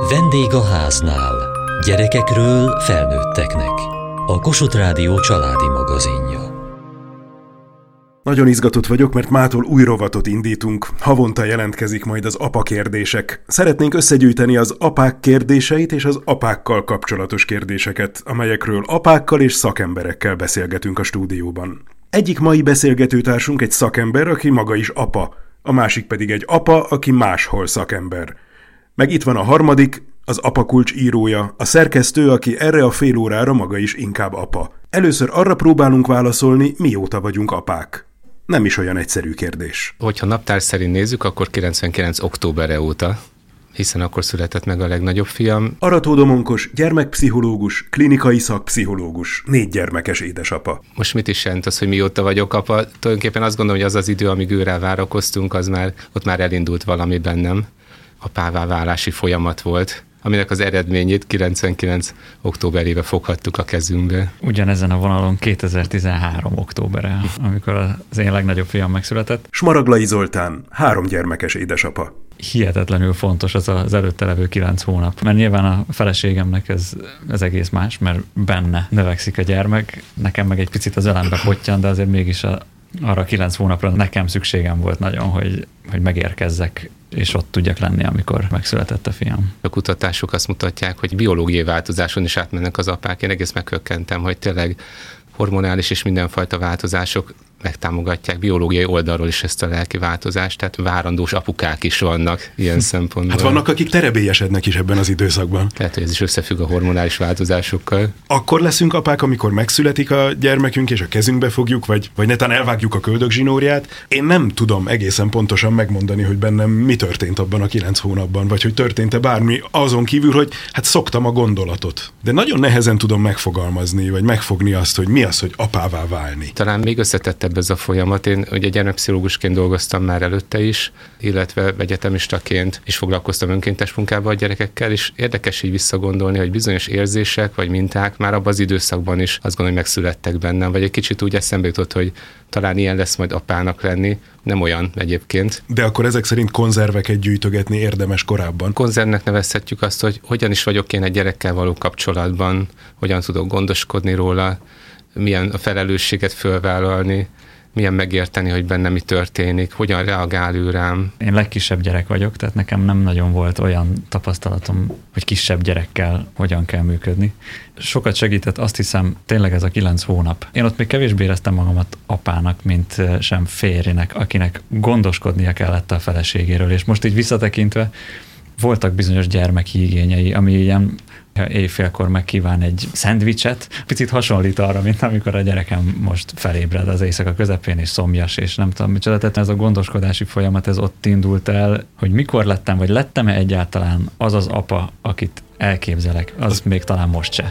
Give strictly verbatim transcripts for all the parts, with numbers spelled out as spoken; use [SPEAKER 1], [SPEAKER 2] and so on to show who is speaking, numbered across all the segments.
[SPEAKER 1] Vendég a háznál. Gyerekekről felnőtteknek. A Kossuth Rádió családi magazinja.
[SPEAKER 2] Nagyon izgatott vagyok, mert mától új rovatot indítunk. Havonta jelentkezik majd az apa kérdések. Szeretnénk összegyűjteni az apák kérdéseit és az apákkal kapcsolatos kérdéseket, amelyekről apákkal és szakemberekkel beszélgetünk a stúdióban. Egyik mai beszélgetőtársunk egy szakember, aki maga is apa, a másik pedig egy apa, aki máshol szakember. Meg itt van a harmadik, az apakulcs írója, a szerkesztő, aki erre a fél órára maga is inkább apa. Először arra próbálunk válaszolni, mióta vagyunk apák. Nem is olyan egyszerű kérdés.
[SPEAKER 3] Hogyha naptár szerint nézzük, akkor kilencvenkilenc októberre óta, hiszen akkor született meg a legnagyobb fiam.
[SPEAKER 2] Arató Domonkos, gyermekpszichológus, klinikai szakpszichológus, négy gyermekes édesapa.
[SPEAKER 3] Most mit is jelent az, hogy mióta vagyok apa? Tulajdonképpen azt gondolom, hogy az az idő, amíg őrá várakoztunk, az már, ott már elindult valami bennem. Apává válási folyamat volt, aminek az eredményét kilencvenkilenc októberébe foghattuk a kezünkbe.
[SPEAKER 4] Ugyanezen a vonalon kétezer-tizenhárom októbere, amikor az én legnagyobb fiam megszületett.
[SPEAKER 2] Smaraglai Zoltán, három gyermekes édesapa.
[SPEAKER 4] Hihetetlenül fontos az az előtte levő kilenc hónap, mert nyilván a feleségemnek ez, ez egész más, mert benne növekszik a gyermek, nekem meg egy picit az ölembe pottyan, de azért mégis a arra kilenc hónapra nekem szükségem volt nagyon, hogy, hogy megérkezzek, és ott tudjak lenni, amikor megszületett a fiam.
[SPEAKER 3] A kutatások azt mutatják, hogy biológiai változáson is átmennek az apák. Én egész meghökkentem, hogy tényleg hormonális és mindenfajta változások megtámogatják biológiai oldalról is ezt a lelki változást, tehát várandós apukák is vannak ilyen szempontból.
[SPEAKER 2] Hát vannak, akik terebélyesednek is ebben az időszakban.
[SPEAKER 3] Lehet, hogy ez is összefügg a hormonális változásokkal.
[SPEAKER 2] Akkor leszünk apák, amikor megszületik a gyermekünk, és a kezünkbe fogjuk, vagy, vagy netán elvágjuk a köldögzsinórját. Én nem tudom egészen pontosan megmondani, hogy bennem mi történt abban a kilenc hónapban, vagy hogy történt-e bármi, azon kívül, hogy hát szoktam a gondolatot. De nagyon nehezen tudom megfogalmazni, vagy megfogni azt, hogy mi az, hogy apává válni.
[SPEAKER 3] Talán még összetett ez a folyamat. Én ugye gyermekpszichológusként dolgoztam már előtte is, illetve egyetemistaként is foglalkoztam önkéntes munkával a gyerekekkel, és érdekes így visszagondolni, hogy bizonyos érzések vagy minták már abban az időszakban is azt gondolom, hogy megszülettek bennem, vagy egy kicsit úgy eszembe jutott, hogy talán ilyen lesz majd apának lenni, nem olyan egyébként.
[SPEAKER 2] De akkor ezek szerint konzerveket gyűjtögetni érdemes korábban?
[SPEAKER 3] Konzervnek nevezhetjük azt, hogy hogyan is vagyok én egy gyerekkel való kapcsolatban, hogyan tudok gondoskodni róla, milyen a felelősséget fölvállalni, milyen megérteni, hogy benne mi történik, hogyan reagál ő rám.
[SPEAKER 4] Én legkisebb gyerek vagyok, tehát nekem nem nagyon volt olyan tapasztalatom, hogy kisebb gyerekkel hogyan kell működni. Sokat segített, azt hiszem, tényleg ez a kilenc hónap. Én ott még kevésbé éreztem magamat apának, mint sem férjnek, akinek gondoskodnia kellett a feleségéről, és most így visszatekintve voltak bizonyos gyermeki igényei, ami ilyen éjfélkor megkíván egy szendvicset. Picit hasonlít arra, mint amikor a gyerekem most felébred az éjszaka közepén, és szomjas, és nem tudom micsoda. Tehát ez a gondoskodási folyamat, ez ott indult el, hogy mikor lettem, vagy lettem-e egyáltalán az az apa, akit elképzelek, az, az még talán most se.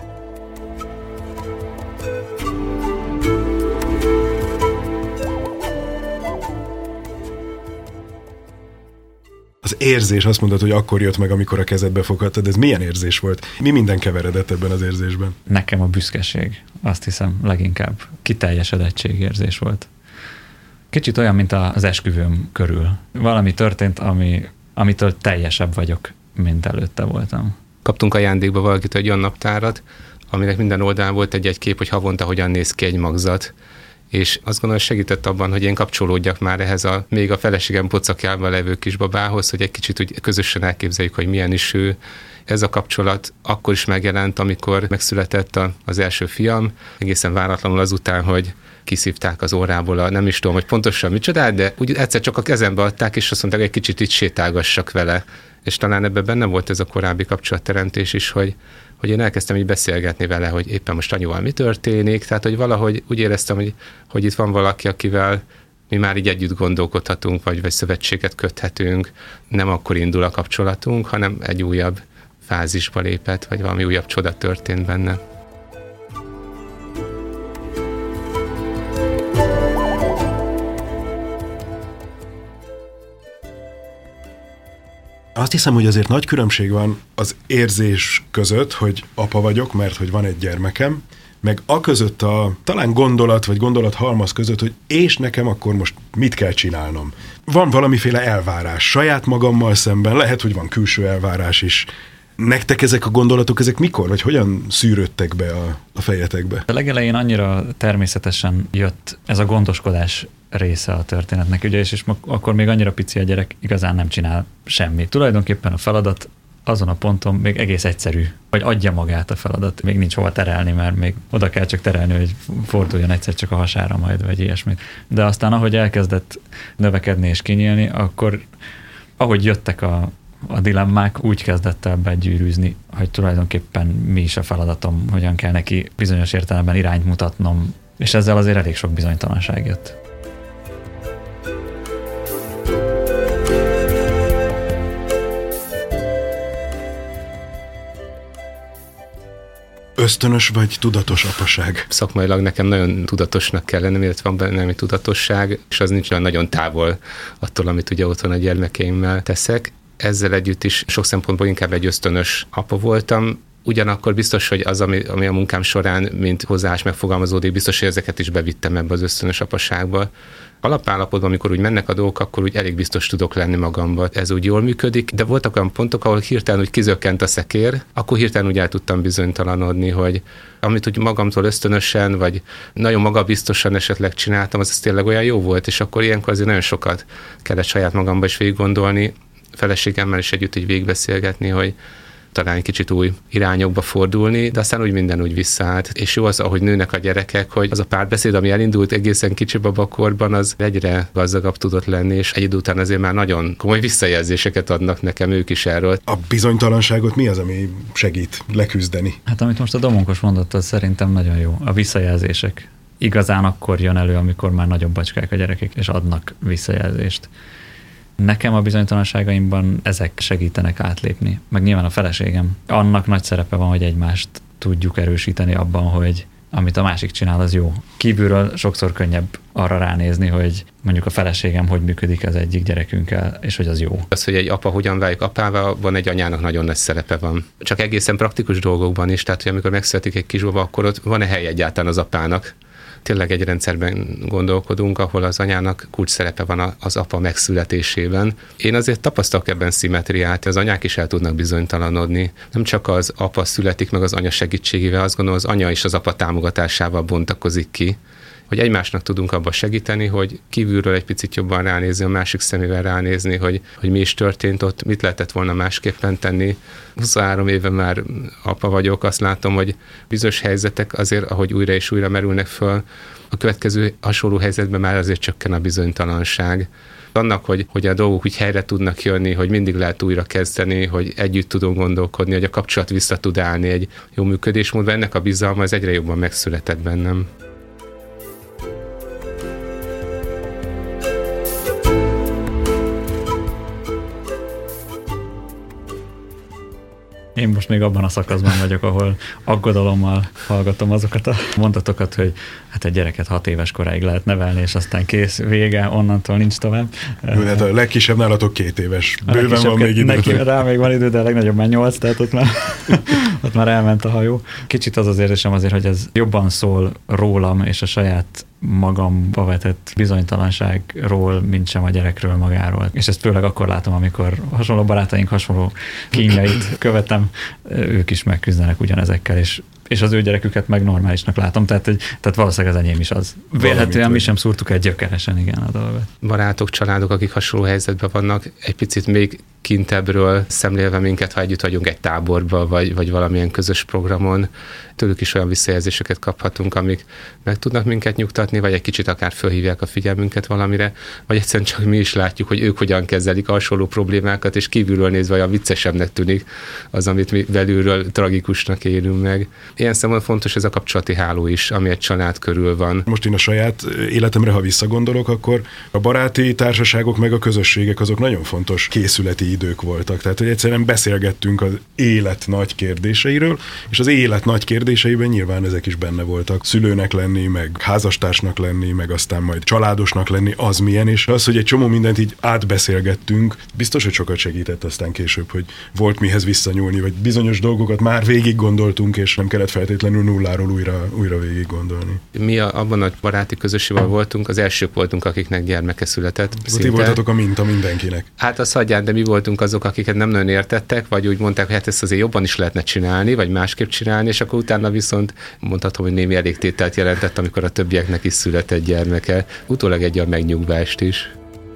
[SPEAKER 2] Az érzés, azt mondod, hogy akkor jött meg, amikor a kezedbe foghattad, ez milyen érzés volt? Mi minden keveredett ebben az érzésben?
[SPEAKER 4] Nekem a büszkeség, azt hiszem, leginkább kiteljesedettség érzés volt. Kicsit olyan, mint az esküvőm körül. Valami történt, ami, amitől teljesebb vagyok, mint előtte voltam.
[SPEAKER 3] Kaptunk ajándékba valakit egy olyan naptárat, aminek minden oldalán volt egy-egy kép, hogy havonta hogyan néz ki egy magzat. És azt gondolom, hogy segített abban, hogy én kapcsolódjak már ehhez a még a feleségem pocakjában levő kisbabához, hogy egy kicsit úgy közösen elképzeljük, hogy milyen is ő. Ez a kapcsolat akkor is megjelent, amikor megszületett a, az első fiam, egészen váratlanul azután, hogy kiszívták az órából a, nem is tudom, hogy pontosan micsoda, de úgy egyszer csak a kezembe adták, és azt mondták, hogy egy kicsit itt sétálgassak vele. És talán ebben benne volt ez a korábbi kapcsolatteremtés is, hogy hogy én elkezdtem így beszélgetni vele, hogy éppen most anyuval mi történik, tehát hogy valahogy úgy éreztem, hogy, hogy itt van valaki, akivel mi már így együtt gondolkodhatunk, vagy, vagy szövetséget köthetünk. Nem akkor indul a kapcsolatunk, hanem egy újabb fázisba lépett, vagy valami újabb csoda történt benne.
[SPEAKER 2] Azt hiszem, hogy azért nagy különbség van az érzés között, hogy apa vagyok, mert hogy van egy gyermekem, meg a között a talán gondolat vagy gondolathalmaz között, hogy és nekem akkor most mit kell csinálnom. Van valamiféle elvárás saját magammal szemben, lehet, hogy van külső elvárás is. Nektek ezek a gondolatok, ezek mikor, vagy hogyan szűrődtek be a, a fejetekbe?
[SPEAKER 4] A legelején annyira természetesen jött ez a gondoskodás része a történetnek, ugye, és, és akkor még annyira pici a gyerek, igazán nem csinál semmit. Tulajdonképpen a feladat azon a ponton még egész egyszerű, vagy adja magát a feladat, még nincs hova terelni, mert még oda kell csak terelni, hogy forduljon egyszer csak a hasára majd, vagy ilyesmit. De aztán, ahogy elkezdett növekedni és kinyílni, akkor ahogy jöttek a, a dilemmák, úgy kezdett el begyűrűzni, hogy tulajdonképpen mi is a feladatom, hogyan kell neki bizonyos értelemben irányt mutatnom, és ezzel azért elég sok bizonytalanság jött.
[SPEAKER 2] Ösztönös vagy tudatos apaság?
[SPEAKER 3] Szakmailag nekem nagyon tudatosnak kell lennem, illetve van bennem egy tudatosság, és az nincs olyan nagyon távol attól, amit ugye otthon a gyermekeimmel teszek. Ezzel együtt is sok szempontból inkább egy ösztönös apa voltam. Ugyanakkor biztos, hogy az, ami, ami a munkám során, mint hozzáállás megfogalmazódik, biztos, hogy ezeket is bevittem ebbe az ösztönös apaságba. Alapállapotban, amikor úgy mennek a dolgok, akkor úgy elég biztos tudok lenni magamba. Ez úgy jól működik, de voltak olyan pontok, ahol hirtelen úgy kizökkent a szekér, akkor hirtelen úgy el tudtam bizonytalanodni, hogy amit úgy magamtól ösztönösen, vagy nagyon magabiztosan esetleg csináltam, az, az tényleg olyan jó volt, és akkor ilyenkor azért nagyon sokat kellett saját magamba is végig gondolni, feleségemmel is együtt így végigbeszélgetni, hogy talán egy kicsit új irányokba fordulni, de aztán úgy minden úgy visszaállt. És jó az, ahogy nőnek a gyerekek, hogy az a párbeszéd, ami elindult egészen kicsi babakorban, az egyre gazdagabb tudott lenni, és egy idő után azért már nagyon komoly visszajelzéseket adnak nekem ők is erről.
[SPEAKER 2] A bizonytalanságot mi az, ami segít leküzdeni?
[SPEAKER 4] Hát amit most a Domonkos mondott, az szerintem nagyon jó. A visszajelzések. Igazán akkor jön elő, amikor már nagyobb bacskák a gyerekek, és adnak visszajelzést. Nekem a bizonytalanságaimban ezek segítenek átlépni, meg nyilván a feleségem. Annak nagy szerepe van, hogy egymást tudjuk erősíteni abban, hogy amit a másik csinál, az jó. Kívülről sokszor könnyebb arra ránézni, hogy mondjuk a feleségem hogy működik az egyik gyerekünkkel, és hogy az jó.
[SPEAKER 3] Az, hogy egy apa hogyan válik apává, van egy anyának nagyon nagy szerepe van. Csak egészen praktikus dolgokban is, tehát hogy amikor megszületik egy kisbaba, akkor ott van-e hely egyáltalán az apának? Tényleg egy rendszerben gondolkodunk, ahol az anyának kulcs szerepe van az apa megszületésében. Én azért tapasztalok ebben szimmetriát, az anyák is el tudnak bizonytalanodni. Nem csak az apa születik meg az anya segítségével, azt gondolom, az anya is az apa támogatásával bontakozik ki, hogy egymásnak tudunk abba segíteni, hogy kívülről egy picit jobban ránézni, a másik szemével ránézni, hogy, hogy mi is történt ott, mit lehetett volna másképpen tenni. huszonhárom éve már apa vagyok, azt látom, hogy bizonyos helyzetek azért, ahogy újra és újra merülnek föl, a következő hasonló helyzetben már azért csökken a bizonytalanság. Annak, hogy, hogy a dolgok úgy helyre tudnak jönni, hogy mindig lehet újra kezdeni, hogy együtt tudunk gondolkodni, hogy a kapcsolat vissza tud állni egy jó működésmódban, ennek a bizalma az egyre jobban megszületett bennem.
[SPEAKER 4] Én most még abban a szakaszban vagyok, ahol aggodalommal hallgatom azokat a mondatokat, hogy hát egy gyereket hat éves koráig lehet nevelni, és aztán kész, vége, onnantól nincs tovább.
[SPEAKER 2] Jó, hát a legkisebb nálatok két éves. Bőven van még idő.
[SPEAKER 4] Neki, rá még van idő, de a legnagyobb már nyolc, tehát ott már, ott már elment a hajó. Kicsit az az érzésem azért, hogy ez jobban szól rólam és a saját magamba vetett bizonytalanságról, mint sem a gyerekről magáról. És ezt főleg akkor látom, amikor hasonló barátaink hasonló kínjait követem, ők is megküzdenek ugyanezekkel, és és az ő gyereküket meg normálisnak látom, tehát, hogy, tehát valószínűleg az enyém is az. Vélhetően mi sem szúrtuk egy gyökeresen, igen, a dolgot.
[SPEAKER 3] Barátok, családok, akik hasonló helyzetben vannak, egy picit még kintebbről szemlélve minket, ha együtt vagyunk egy táborba, vagy, vagy valamilyen közös programon, tőlük is olyan visszajelzéseket kaphatunk, amik meg tudnak minket nyugtatni, vagy egy kicsit akár fölhívják a figyelmünket valamire, vagy egyszerűen csak mi is látjuk, hogy ők hogyan kezelik a hasonló problémákat, és kívülről nézve olyan viccesebbnek tűnik az, amit mi belülről tragikusnak élünk meg. Ilyen szemben fontos ez a kapcsolati háló is, ami egy család körül van.
[SPEAKER 2] Most én a saját életemre, ha visszagondolok, akkor a baráti társaságok meg a közösségek azok nagyon fontos készületi idők voltak. Tehát, hogy egyszerűen beszélgettünk az élet nagy kérdéseiről, és az élet nagy kérdéseiben nyilván ezek is benne voltak. Szülőnek lenni, meg házastársnak lenni, meg aztán majd családosnak lenni, az milyen, és az, hogy egy csomó mindent így átbeszélgettünk, biztos, hogy sokat segített aztán később, hogy volt mihez visszanyúlni, vagy bizonyos dolgokat már végig gondoltunk, és nem kellett kellett feltétlenül nulláról újra, újra végig gondolni.
[SPEAKER 3] Mi a, abban a baráti közösségben voltunk, az elsők voltunk, akiknek gyermeke született.
[SPEAKER 2] Ti voltatok a minta mindenkinek.
[SPEAKER 3] Hát azt hagyján, de mi voltunk azok, akiket nem nagyon értettek, vagy úgy mondták, hogy hát ezt azért jobban is lehetne csinálni, vagy másképp csinálni, és akkor utána viszont mondhatom, hogy némi elégtételt jelentett, amikor a többieknek is született gyermeke. Utólag egy a megnyugvást is.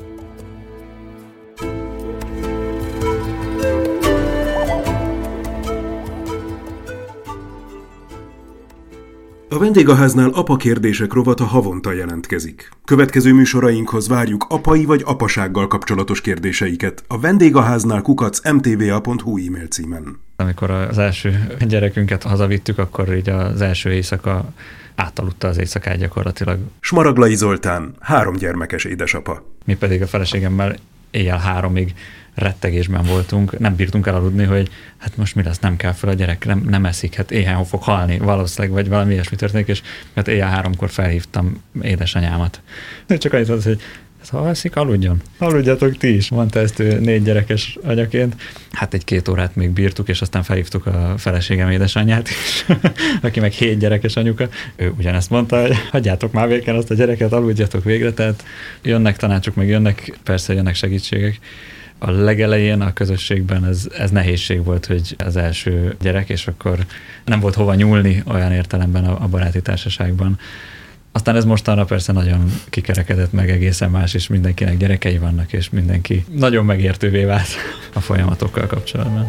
[SPEAKER 2] A vendégháznál apa kérdések rovata havonta jelentkezik. Következő műsorainkhoz várjuk apai vagy apasággal kapcsolatos kérdéseiket a vendégháznál kukac em té vé á pont hú e-mail címen.
[SPEAKER 4] Amikor az első gyerekünket hazavittük, akkor így az első éjszaka átaludta az éjszakát gyakorlatilag.
[SPEAKER 2] Smaraglai Zoltán, három gyermekes édesapa.
[SPEAKER 4] Mi pedig a feleségemmel éjjel háromig rettegésben voltunk, nem bírtunk elaludni, hogy hát most mi lesz, nem kell fel, a gyerek nem, nem eszik, hát éhen fog halni valószínűleg, vagy valami ilyesmi történik, és hát éjjel háromkor felhívtam édesanyámat. Csak annyit mondta, hogy ha alszik, aludjon. Aludjatok ti is, mondta ezt ő négy gyerekes anyaként. Hát egy két órát még bírtuk, és aztán felhívtuk a feleségem édesanyját is, aki meg hét gyerekes anyuka. Ő ugyanezt mondta, hogy hagyjátok már véken azt a gyereket, aludjatok végre, tehát jönnek tanácsok, meg jönnek, persze jönnek segítségek. A legelején a közösségben ez, ez nehézség volt, hogy az első gyerek, és akkor nem volt hova nyúlni olyan értelemben a, a baráti társaságban. Aztán ez mostanra persze nagyon kikerekedett, meg egészen más, és mindenkinek gyerekei vannak, és mindenki nagyon megértővé vált a folyamatokkal kapcsolatban.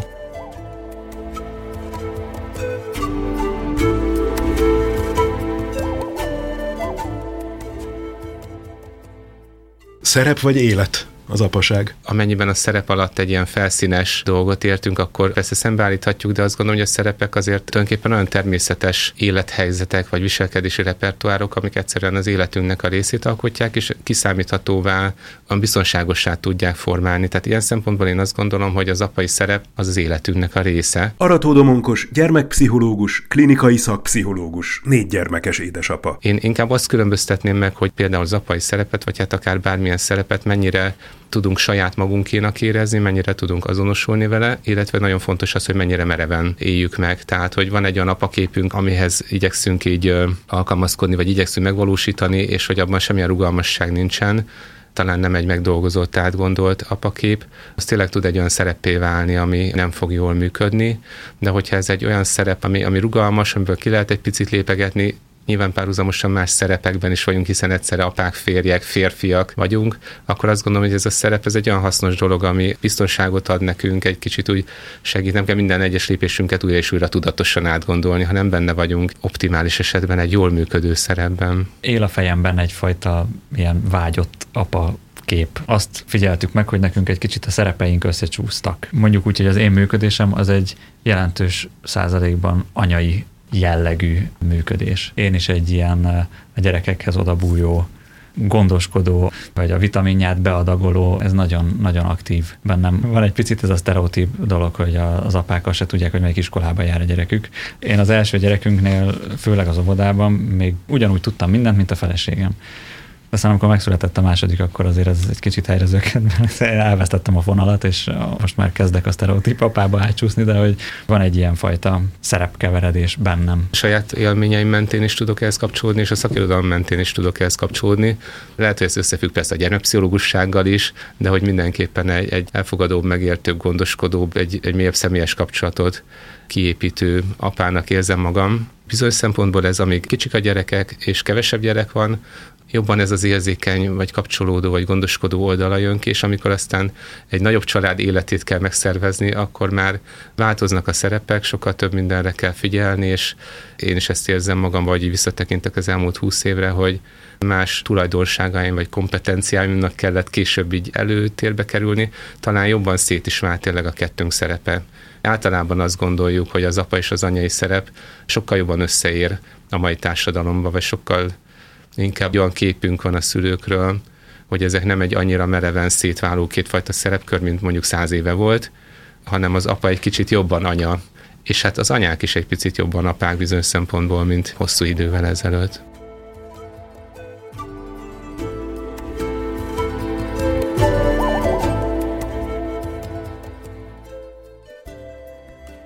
[SPEAKER 2] Szerep vagy élet az apaság?
[SPEAKER 3] Amennyiben a szerep alatt egy ilyen felszínes dolgot értünk, akkor persze szembeállíthatjuk, de azt gondolom, hogy a szerepek azért tulajdonképpen olyan természetes élethelyzetek vagy viselkedési repertoárok, amik egyszerűen az életünknek a részét alkotják, és kiszámíthatóvá, biztonságossá tudják formálni. Tehát ilyen szempontból én azt gondolom, hogy az apai szerep az az életünknek a része.
[SPEAKER 2] Arató Domonkos, gyermekpszichológus, klinikai szakpszichológus, négy gyermekes édesapa.
[SPEAKER 3] Én inkább azt különböztetném meg, hogy például az apai szerepet, vagy hát akár bármilyen szerepet mennyire tudunk saját magunkénak érezni, mennyire tudunk azonosulni vele, illetve nagyon fontos az, hogy mennyire mereven éljük meg. Tehát, hogy van egy olyan apaképünk, amihez igyekszünk így ö, alkalmazkodni, vagy igyekszünk megvalósítani, és hogy abban semmilyen rugalmasság nincsen, talán nem egy megdolgozott, átgondolt apakép, az tényleg tud egy olyan szereppé válni, ami nem fog jól működni, de hogyha ez egy olyan szerep, ami, ami rugalmas, amiből ki lehet egy picit lépegetni, nyilván párhuzamosan más szerepekben is vagyunk, hiszen egyszerre apák, férjek, férfiak vagyunk, akkor azt gondolom, hogy ez a szerep, ez egy olyan hasznos dolog, ami biztonságot ad nekünk, egy kicsit úgy segít, nem kell minden egyes lépésünket újra és újra tudatosan átgondolni, hanem benne vagyunk optimális esetben egy jól működő szerepben.
[SPEAKER 4] Él a fejemben egyfajta ilyen vágyott apa kép. Azt figyeltük meg, hogy nekünk egy kicsit a szerepeink összecsúsztak. Mondjuk úgy, hogy az én működésem az egy jelentős százalékban anyai jellegű működés. Én is egy ilyen a gyerekekhez odabújó, gondoskodó, vagy a vitaminját beadagoló, ez nagyon, nagyon aktív bennem. Van egy picit ez a sztereotíp dolog, hogy az apák azt se tudják, hogy melyik iskolába jár a gyerekük. Én az első gyerekünknél, főleg az óvodában, még ugyanúgy tudtam mindent, mint a feleségem. Aztán amikor megszületett a második, akkor azért ez egy kicsit helyre zökkent, mert elvesztettem a fonalat, és most már kezdek a sztereotíp apába átcsúszni, de hogy van egy ilyen fajta szerepkeveredés bennem.
[SPEAKER 3] A saját élményeim mentén is tudok ehhez kapcsolódni, és a szakirodalom mentén is tudok ehhez kapcsolódni. Lehet, hogy ez összefügg persze a gyermekpszichológussággal is, de hogy mindenképpen egy, egy elfogadóbb, megértőbb, gondoskodóbb, egy, egy mélyebb személyes kapcsolatot kiépítő apának érzem magam. Bizonyos szempontból ez, amíg kicsik a gyerekek, és kevesebb gyerek van, jobban ez az érzékeny, vagy kapcsolódó, vagy gondoskodó oldala jön ki, és amikor aztán egy nagyobb család életét kell megszervezni, akkor már változnak a szerepek, sokkal több mindenre kell figyelni, és én is ezt érzem magam, vagy visszatekintek az elmúlt húsz évre, hogy más tulajdonságaim, vagy kompetenciáimnak kellett később így előtérbe kerülni, talán jobban szét is vált tényleg a kettőnk szerepe. Általában azt gondoljuk, hogy az apa és az anyai szerep sokkal jobban összeér a mai társadalomban, vagy sokkal inkább olyan képünk van a szülőkről, hogy ezek nem egy annyira mereven szétváló kétfajta szerepkör, mint mondjuk száz éve volt, hanem az apa egy kicsit jobban anya, és hát az anyák is egy picit jobban apák bizonyos szempontból, mint hosszú idővel ezelőtt.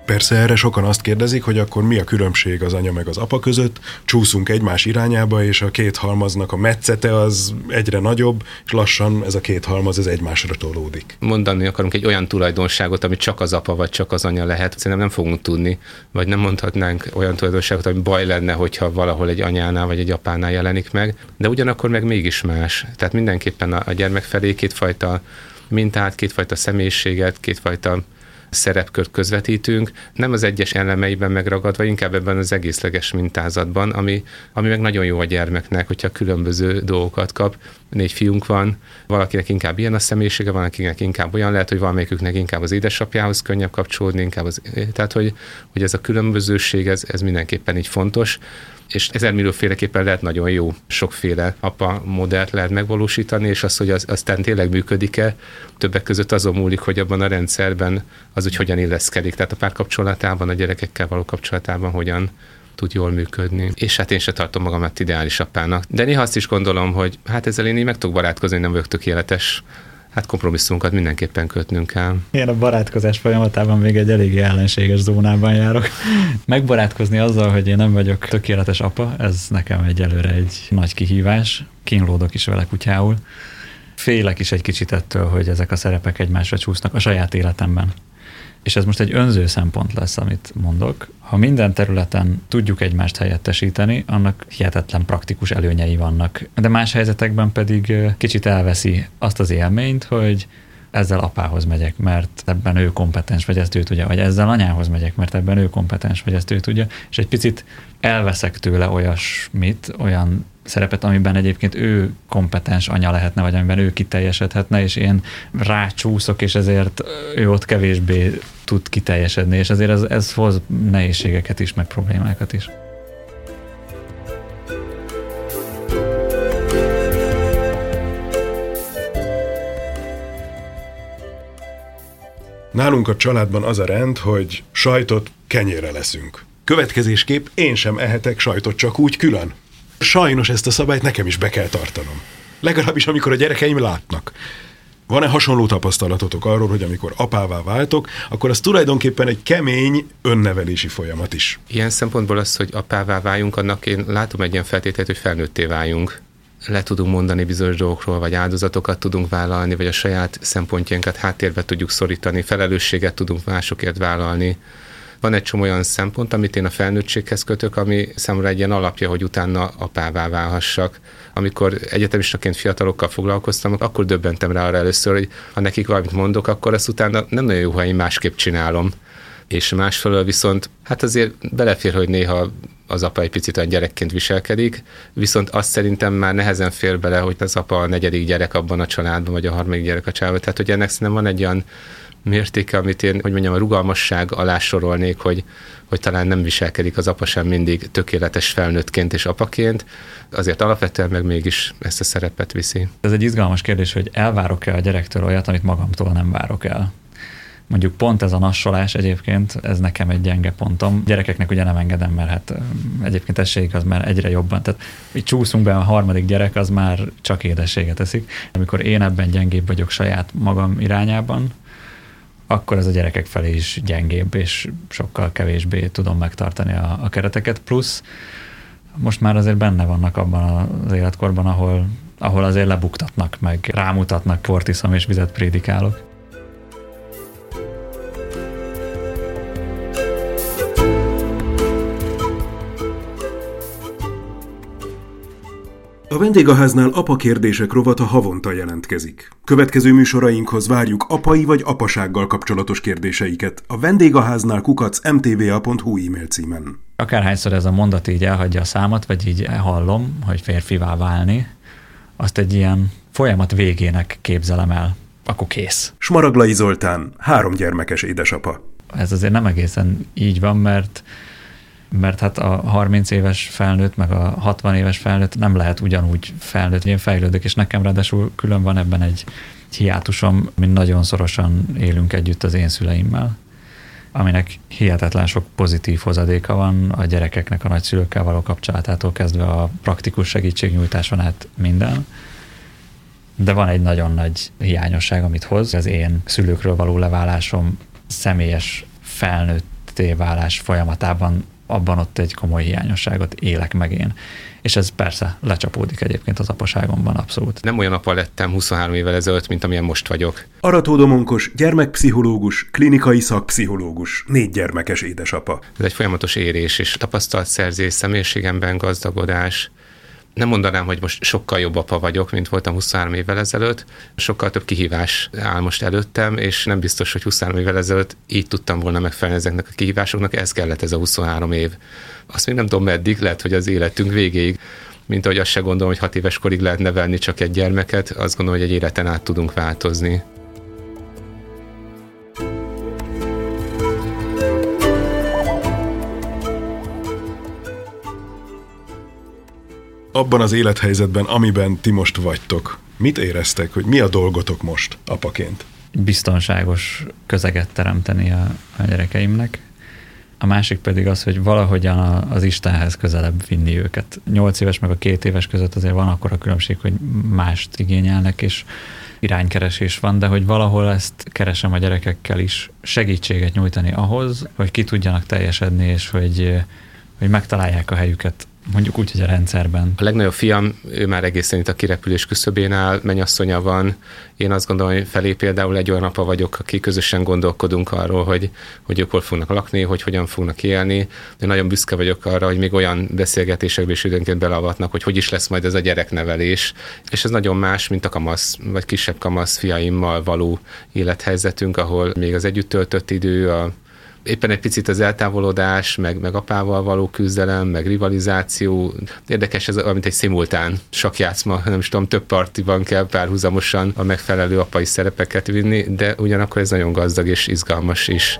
[SPEAKER 2] Persze erre sokan azt kérdezik, hogy akkor mi a különbség az anya meg az apa között, csúszunk egymás irányába, és a két halmaznak a metszete az egyre nagyobb, és lassan ez a két halmaz ez egymásra tolódik.
[SPEAKER 3] Mondani akarunk egy olyan tulajdonságot, ami csak az apa vagy csak az anya lehet. Szerintem nem fogunk tudni, vagy nem mondhatnánk olyan tulajdonságot, ami baj lenne, hogyha valahol egy anyánál vagy egy apánál jelenik meg, de ugyanakkor meg mégis más. Tehát mindenképpen a gyermek felé kétfajta mintát, kétfajta személyiséget, kétfajta szerepkört közvetítünk, nem az egyes elemeiben megragadva, inkább ebben az egészleges mintázatban, ami, ami meg nagyon jó a gyermeknek, hogyha különböző dolgokat kap. Négy fiunk van, valakinek inkább ilyen a személyisége, valakinek inkább olyan, lehet, hogy valamelyiküknek inkább az édesapjához könnyebb kapcsolódni, inkább az, tehát, hogy, hogy ez a különbözőség, ez, ez mindenképpen így fontos, és ezermillióféleképpen lehet nagyon jó, sokféle apa modellt lehet megvalósítani, és az, hogy az, aztán tényleg működik-e, többek között azon múlik, hogy abban a rendszerben az úgy hogyan illeszkedik, tehát a párkapcsolatában, a gyerekekkel való kapcsolatában hogyan tud jól működni. És hát én se tartom magamat ideális apának. De néha azt is gondolom, hogy hát ezzel én így meg tudok barátkozni, nem vagyok tökéletes. Hát kompromisszumokat mindenképpen kötnünk kell.
[SPEAKER 4] Én a barátkozás folyamatában még egy eléggé ellenséges zónában járok. Megbarátkozni azzal, hogy én nem vagyok tökéletes apa, ez nekem egyelőre egy nagy kihívás. Kínlódok is vele kutyául. Félek is egy kicsit ettől, hogy ezek a szerepek egymásra csúsznak a saját életemben. És ez most egy önző szempont lesz, amit mondok. Ha minden területen tudjuk egymást helyettesíteni, annak hihetetlen praktikus előnyei vannak. De más helyzetekben pedig kicsit elveszi azt az élményt, hogy ezzel apához megyek, mert ebben ő kompetens, vagy ezt ő tudja, vagy ezzel anyához megyek, mert ebben ő kompetens, vagy ezt ő tudja, és egy picit elveszek tőle olyasmit, olyan szerepet, amiben egyébként ő kompetens anya lehetne, vagy amiben ő kiteljesedhetne, és én rácsúszok, és ezért ő ott kevésbé tud kiteljesedni, és ezért ez, ez hoz nehézségeket is, meg problémákat is.
[SPEAKER 2] Nálunk a családban az a rend, hogy sajtot kenyérre leszünk. Következésképp én sem ehetek sajtot csak úgy külön. Sajnos ezt a szabályt nekem is be kell tartanom. Legalábbis amikor a gyerekeim látnak. Van-e hasonló tapasztalatotok arról, hogy amikor apává váltok, akkor az tulajdonképpen egy kemény önnevelési folyamat is?
[SPEAKER 3] Ilyen szempontból az, hogy apává váljunk, annak én látom egy ilyen feltételt, hogy felnőtté váljunk. Le tudunk mondani bizonyos dolgokról, vagy áldozatokat tudunk vállalni, vagy a saját szempontjainkat háttérbe tudjuk szorítani, felelősséget tudunk másokért vállalni. Van egy csomó olyan szempont, amit én a felnőttséghez kötök, ami számomra egy ilyen alapja, hogy utána apává válhassak. Amikor egyetemistaként fiatalokkal foglalkoztam, akkor döbbentem rá arra először, hogy ha nekik valamit mondok, akkor azt utána nem nagyon jó, ha én másképp csinálom. És másfelől viszont, hát azért belefér, hogy néha az apa egy picit olyan gyerekként viselkedik, viszont azt szerintem már nehezen fér bele, hogy az apa a negyedik gyerek abban a családban, vagy a harmadik gyerek a családban. Tehát, hogy ennek szerintem van egy olyan mértéke, amit én, hogy mondjam, a rugalmasság alá sorolnék, hogy, hogy talán nem viselkedik az apa sem mindig tökéletes felnőttként és apaként, azért alapvetően meg mégis ezt a szerepet viszi.
[SPEAKER 4] Ez egy izgalmas kérdés, hogy elvárok-e a gyerektől olyat, amit magamtól nem várok el. Mondjuk pont ez a nassolás egyébként, ez nekem egy gyenge pontom. Gyerekeknek ugye nem engedem, mert hát egyébként ez se igaz, mert egyre jobban. Tehát így csúszunk be, a harmadik gyerek, az már csak édességet eszik. Amikor én ebben gyengébb vagyok saját magam irányában, akkor ez a gyerekek felé is gyengébb, és sokkal kevésbé tudom megtartani a, a kereteket. Plusz most már azért benne vannak abban az életkorban, ahol, ahol azért lebuktatnak, meg rámutatnak, port iszom és vizet prédikálok.
[SPEAKER 2] A vendégháznál apa kérdések rovata havonta jelentkezik. Következő műsorainkhoz várjuk apai vagy apasággal kapcsolatos kérdéseiket a vendégháznál kukac em té vé á pont hú e-mail címen.
[SPEAKER 4] Akárhányszor ez a mondat így elhagyja a számat, vagy így hallom, hogy férfivá válni, azt egy ilyen folyamat végének képzelem el. Akkor kész.
[SPEAKER 2] Smaraglai Zoltán, három gyermekes édesapa.
[SPEAKER 4] Ez azért nem egészen így van, mert mert hát a harminc éves felnőtt, meg a hatvan éves felnőtt nem lehet ugyanúgy felnőtt. Én fejlődök, és nekem ráadásul külön van ebben egy hiátusom, mint nagyon szorosan élünk együtt az én szüleimmel, aminek hihetetlen sok pozitív hozadéka van a gyerekeknek a nagyszülőkkel való kapcsolatától kezdve a praktikus segítségnyújtáson át minden. De van egy nagyon nagy hiányosság, amit hoz. Az én szülőkről való leválásom személyes felnőtt tettéválás folyamatában abban ott egy komoly hiányosságot élek meg én. És ez persze lecsapódik egyébként az apaságomban abszolút.
[SPEAKER 3] Nem olyan apa lettem huszonhárom évvel ezelőtt, mint amilyen most vagyok.
[SPEAKER 2] Arató Domonkos, gyermekpszichológus, klinikai szakpszichológus, négy gyermekes édesapa.
[SPEAKER 3] Ez egy folyamatos érés és tapasztalatszerzés, személyiségemben gazdagodás. Nem mondanám, hogy most sokkal jobb apa vagyok, mint voltam huszonhárom évvel ezelőtt. Sokkal több kihívás áll most előttem, és nem biztos, hogy huszonhárom évvel ezelőtt így tudtam volna megfelelni ezeknek a kihívásoknak. Ez kellett ez a huszonhárom év. Azt még nem tudom meddig, lehet, hogy az életünk végéig. Mint ahogy azt se gondolom, hogy hat éves korig lehet nevelni csak egy gyermeket, azt gondolom, hogy egy életen át tudunk változni.
[SPEAKER 2] Abban az élethelyzetben, amiben ti most vagytok, mit éreztek, hogy mi a dolgotok most apaként?
[SPEAKER 4] Biztonságos közeget teremteni a, a gyerekeimnek. A másik pedig az, hogy valahogyan a, az Istenhez közelebb vinni őket. Nyolc éves meg a két éves között azért van akkora különbség, hogy mást igényelnek, és iránykeresés van, de hogy valahol ezt keresem a gyerekekkel is segítséget nyújtani ahhoz, hogy ki tudjanak teljesedni, és hogy, hogy megtalálják a helyüket, mondjuk úgy, hogy a rendszerben.
[SPEAKER 3] A legnagyobb fiam, ő már egészen itt a kirepülés küszöbén áll, mennyasszonya van. Én azt gondolom, hogy felé például egy olyan apa vagyok, aki közösen gondolkodunk arról, hogy, hogy ők hol fognak lakni, hogy hogyan fognak élni. De nagyon büszke vagyok arra, hogy még olyan beszélgetésekbe is időnként beleavatnak, hogy hogy is lesz majd ez a gyereknevelés. És ez nagyon más, mint a kamasz, vagy kisebb kamasz fiaimmal való élethelyzetünk, ahol még az együtt töltött idő, a éppen egy picit az eltávolodás, meg, meg apával való küzdelem, meg rivalizáció. Érdekes, ez mint egy szimultán sakkjátszma, nem is tudom, több partiban kell párhuzamosan a megfelelő apai szerepeket vinni, de ugyanakkor ez nagyon gazdag és izgalmas is.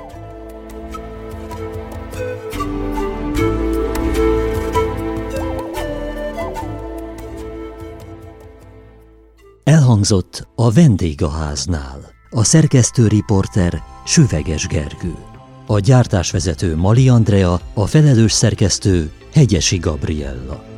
[SPEAKER 1] Elhangzott a Vendég a háznál. A szerkesztő riporter Süveges Gergő. A gyártásvezető Mali Andrea, a felelős szerkesztő Hegyesi Gabriella.